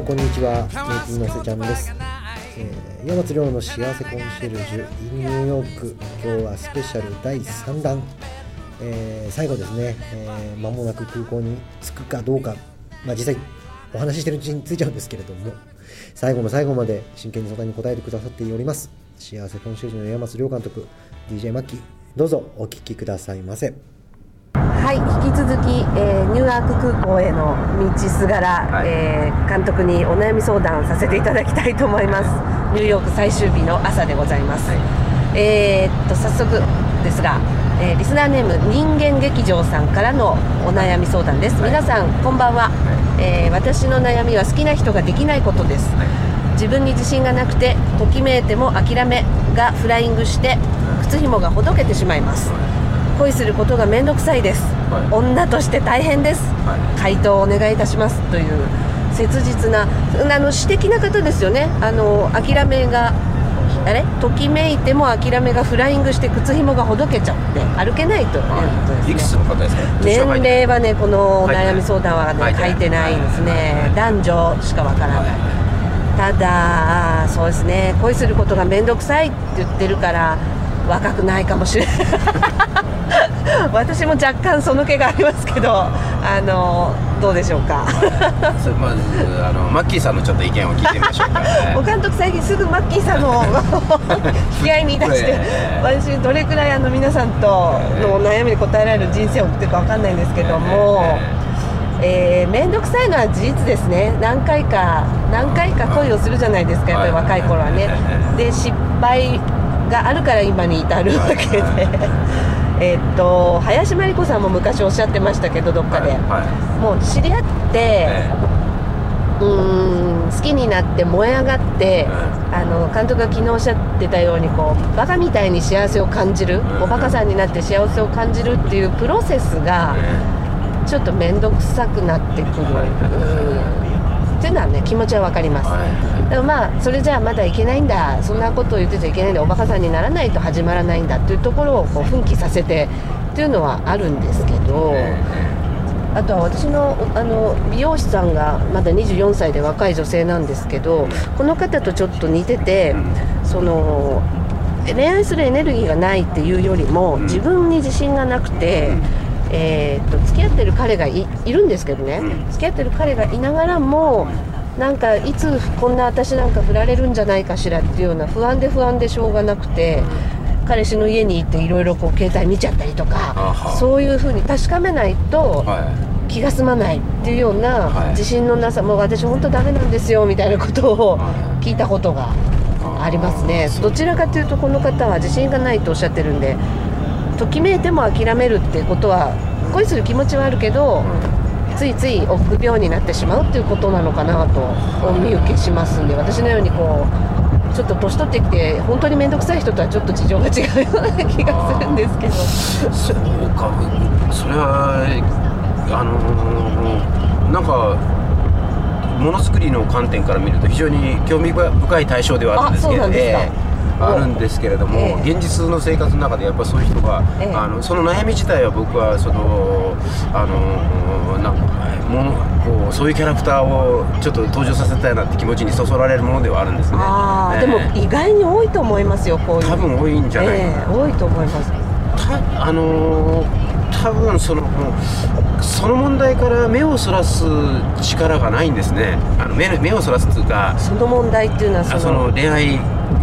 こんにちは、メイキンのせちゃんです。岩松亮の幸せコンシェルジュ in ニューヨーク、今日はスペシャル第3弾、最後ですね、間もなく空港に着くかどうか、実際お話ししてるうちに着いちゃうんですけれども、最後の最後まで真剣に相談に答えてくださっております幸せコンシェルジュの岩松亮監督、 DJ マッキー、どうぞお聞きくださいませ。 はい、引き続き、ニューアーク空港への道すがら、監督にお悩み相談させていただきたいと思います。ニューヨーク最終日の朝でございます。早速ですが、リスナーネーム人間劇場さんからのお悩み相談です。皆さんこんばんは。私の悩みは好きな人ができないことです。自分に自信がなくて、ときめいても諦めがフライングして靴紐がほどけてしまいます。恋することがめんどくさいです、女として大変です、回答をお願いいたしますという切実な詩的な方ですよね。諦めがときめいても諦めがフライングして靴紐がほどけちゃって歩けないということですね。 いくつの方ですか？ 年齢はね、このお悩み相談はね、書いてないんですね。男女しかわからない。ただそうですね、恋することがめんどくさいって言ってるから若くないかもしれない私も若干その気がありますけど、どうでしょうかそれまずマッキーさんのちょっと意見を聞いてみましょうか、 お監督最近すぐマッキーさんの引き合いに出して私どれくらい皆さんとのお悩みに答えられる人生を送ってるか分かんないんですけども、めんどくさいのは事実ですね。何回か恋をするじゃないですか、やっぱり若い頃はね。で失敗があるから今に至るわけで林真理子さんも昔おっしゃってましたけど、どっかで、もう知り合って好きになって燃え上がって、監督が昨日おっしゃってたようにバカみたいに幸せを感じる、おバカさんになって幸せを感じるっていうプロセスがちょっと面倒くさくなってくるっていうのはね、気持ちは分かります。でもそれじゃあまだいけないんだ、そんなことを言ってちゃいけないんだ、おバカさんにならないと始まらないんだっていうところを奮起させてっていうのはあるんですけど、あとは私の美容師さんがまだ24歳で若い女性なんですけど、この方とちょっと似てて、恋愛するエネルギーがないっていうよりも自分に自信がなくて、付き合ってる彼が いるんですけどね、付き合ってる彼がいながらもいつこんな私なんか振られるんじゃないかしらっていうような不安でしょうがなくて、彼氏の家に行っていろいろ携帯見ちゃったりとか、そういう風に確かめないと気が済まないっていうような自信のなさ、もう私本当ダメなんですよみたいなことを聞いたことがありますね。どちらかというとこの方は自信がないとおっしゃってるんで、ときめいても諦めるってことは恋する気持ちはあるけど、ついつい臆病になってしまうっていうことなのかなとお見受けしますんで、私のようにちょっと年取ってきて本当に面倒くさい人とはちょっと事情が違うような気がするんですけど。 そうか、それはものづくりの観点から見ると非常に興味深い対象ではあるんですけどあるんですけれども、現実の生活の中でやっぱりそういう人が、その悩み自体は僕はそういうキャラクターをちょっと登場させたいなって気持ちにそそられるものではあるんですね。 でも意外に多いと思いますよ、こういう。 多分多いんじゃないかな、 多いと思います。 多分その問題から目をそらす力がないんですね。目をそらすっていうか、 その問題っていうのは恋愛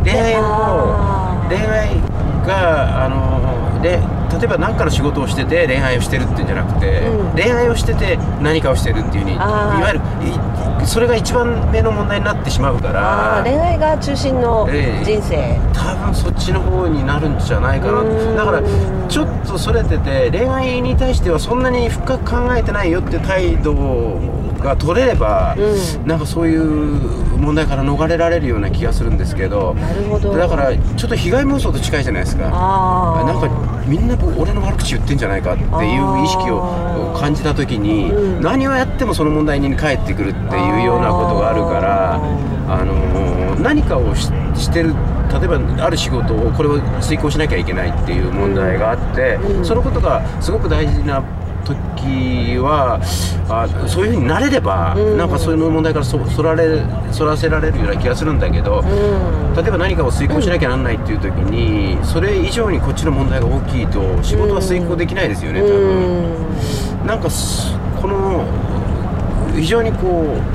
が例えば何かの仕事をしてて恋愛をしてるっていうんじゃなくて、恋愛をしてて何かをしてるっていう風に、いわゆるそれが一番目の問題になってしまうから、 恋愛が中心の人生、 多分そっちの方になるんじゃないかな。だからちょっとそれてて、恋愛に対してはそんなに深く考えてないよって態度が取れれば、そういう問題から逃れられるような気がするんですけど。 なるほど。 だからちょっと被害妄想と近いじゃないですか。みんな俺の悪口言ってんじゃないかっていう意識を感じた時に、何をやってもその問題に返ってくるっていうようなことがあるから、何かをしてる、例えばある仕事をこれを遂行しなきゃいけないっていう問題があって、そのことがすごく大事な時はそういう風になれれば、なんかそういう問題からそらせられるような気がするんだけど、例えば何かを遂行しなきゃならないっていう時に、それ以上にこっちの問題が大きいと仕事は遂行できないですよね、多分。なんかこの非常にこう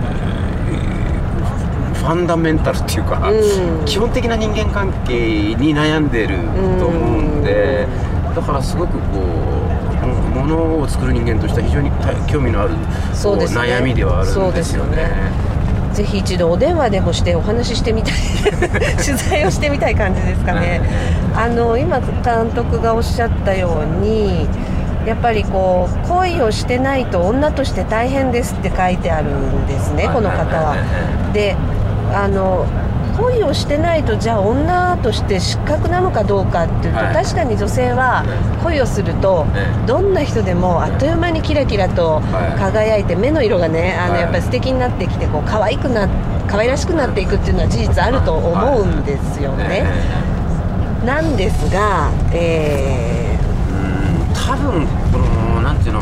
ファンダメンタルっていうか、基本的な人間関係に悩んでると思うんで、だからすごくこうものを作る人間としては非常に興味のある、悩みではあるんですよね。 ぜひ一度お電話でもしてお話ししてみたい取材をしてみたい感じですかね。今監督がおっしゃったように、やっぱりこう恋をしてないと女として大変ですって書いてあるんですね、この方は。で、恋をしてないとじゃあ女として失格なのかどうかっていうと、確かに女性は恋をするとどんな人でもあっという間にキラキラと輝いて、目の色がねやっぱり素敵になってきて、こう可愛らしくなっていくっていうのは事実あると思うんですよね。なんですが、 多分このなんていうの、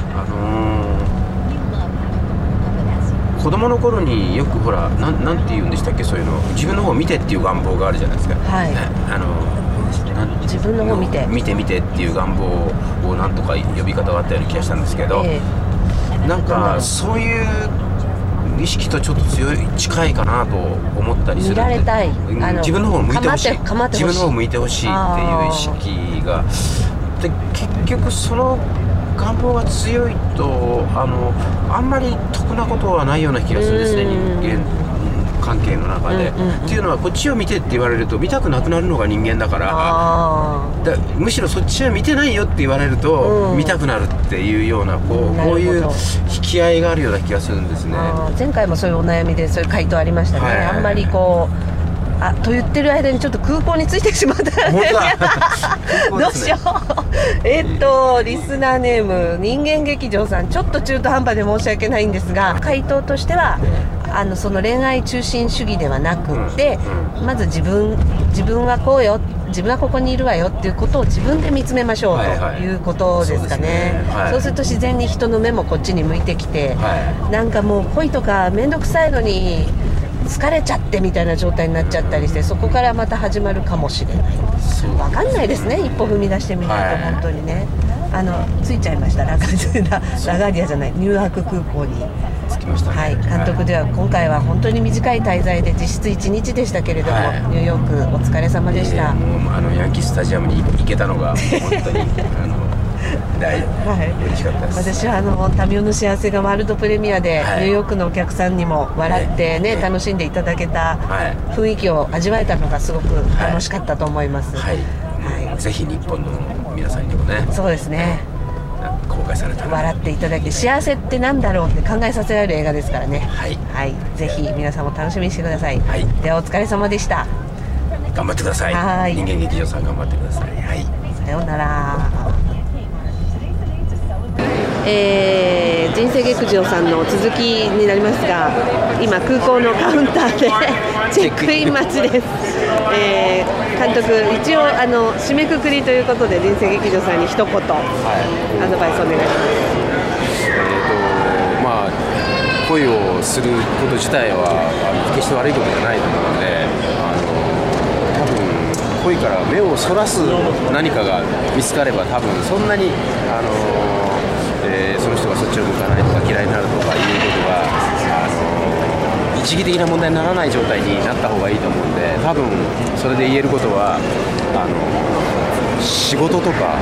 子供の頃によくほらなんて言うんでしたっけ、そういうの、自分の方を見てっていう願望があるじゃないですか。 自分の方を見てっていう願望をなんとか呼び方があったような気がしたんですけど、なんかそういう意識とちょっと近いかなと思ったりする。 見られたい、 自分の方を向いてほしい、 自分の方を向いてほしいっていう意識がで、結局その願望が強いとあんまり得なことはないような気がするんですね、人間関係の中で。っていうのは、こっちを見てって言われると見たくなくなるのが人間だから、むしろそっちは見てないよって言われると見たくなるっていうような、こういう引き合いがあるような気がするんですね。 前回もそういうお悩みでそういう回答ありましたね。あんまりこうと言ってる間にちょっと空港に着いてしまったのでどうしよう。リスナーネーム人間劇場さん、ちょっと中途半端で申し訳ないんですが、回答としてはその恋愛中心主義ではなくて、まず自分はこうよ、自分はここにいるわよっていうことを自分で見つめましょうということですかね。そうすると自然に人の目もこっちに向いてきて、なんかもう恋とか面倒くさいのに疲れちゃってみたいな状態になっちゃったりして、そこからまた始まるかもしれない。分かんないですね、一歩踏み出してみないと。本当にね、着いちゃいました。ラガーディアじゃない、ニューアーク空港に着きましたね。 監督では今回は本当に短い滞在で実質1日でしたけれども、ニューヨークお疲れ様でした。 ヤンキースタジアムに行けたのが本当に嬉しかったです。 私はタミオの幸せがワールドプレミアでニューヨークのお客さんにも笑ってね、楽しんでいただけた雰囲気を味わえたのがすごく楽しかったと思います。 ぜひ日本の皆さんにもね、 そうですね、 公開されたら笑っていただいて、幸せってなんだろうって考えさせられる映画ですからね。ぜひ皆さんも楽しみにしてください。ではお疲れ様でした。 頑張ってください。人間劇場さん頑張ってください。 さようなら。人生劇場さんの続きになりますが、今空港のカウンターでチェックイン待ちです。監督、一応締めくくりということで人生劇場さんに一言、アドバイスお願いします。恋をすること自体は決して悪いことじゃないと思うので、多分恋から目をそらす何かが見つかれば、多分そんなにその人がそっちを向かないとか嫌いになるとかいうことが一義的な問題にならない状態になった方がいいと思うんで、多分それで言えることは仕事とか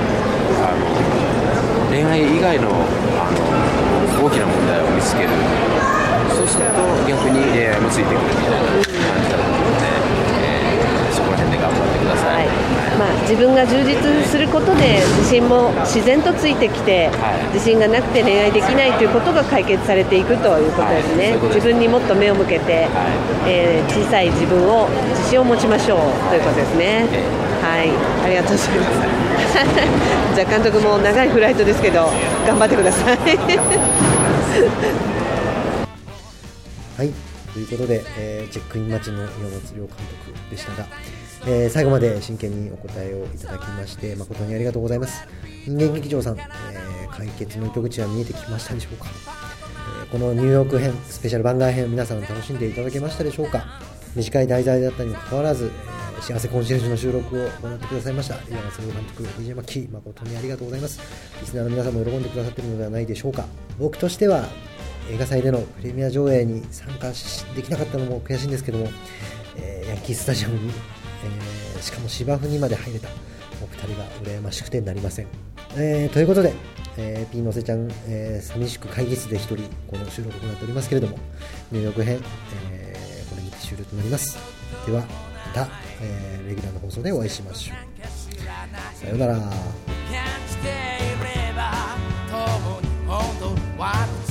恋愛以外の大きな問題を見つける。そうすると逆に恋愛もついてくるみたいな感じだと思うので、そこら辺で頑張ってください。 自分が充実することで自信も自然とついてきて、自信がなくて恋愛できないということが解決されていくということですね。自分にもっと目を向けて、小さい自分を自信を持ちましょうということですね。ありがとうございますじゃあ監督も長いフライトですけど頑張ってくださいということで、チェックイン待ちの岩松亮監督でしたが、最後まで真剣にお答えをいただきまして誠にありがとうございます。人間劇場さん、監解決の糸口は見えてきましたでしょうか。このニューヨーク編スペシャル番外編、皆さん楽しんでいただけましたでしょうか。短い題材だったにもかかわらず、幸せコンシェルジュの収録を行ってくださいました岩松監督、DJ マッキー、誠にありがとうございます。リスナーの皆さんも喜んでくださっているのではないでしょうか。僕としては映画祭でのプレミア上映に参加できなかったのも悔しいんですけども、ヤンキースタジアムに、しかも芝生にまで入れたお二人が羨ましくてなりません。ということで、ピーのせちゃん、寂しく会議室で一人この収録を行っておりますけれども、ニューヨーク編、これにて終了となります。ではまた、レギュラーの放送でお会いしましょう。さようなら。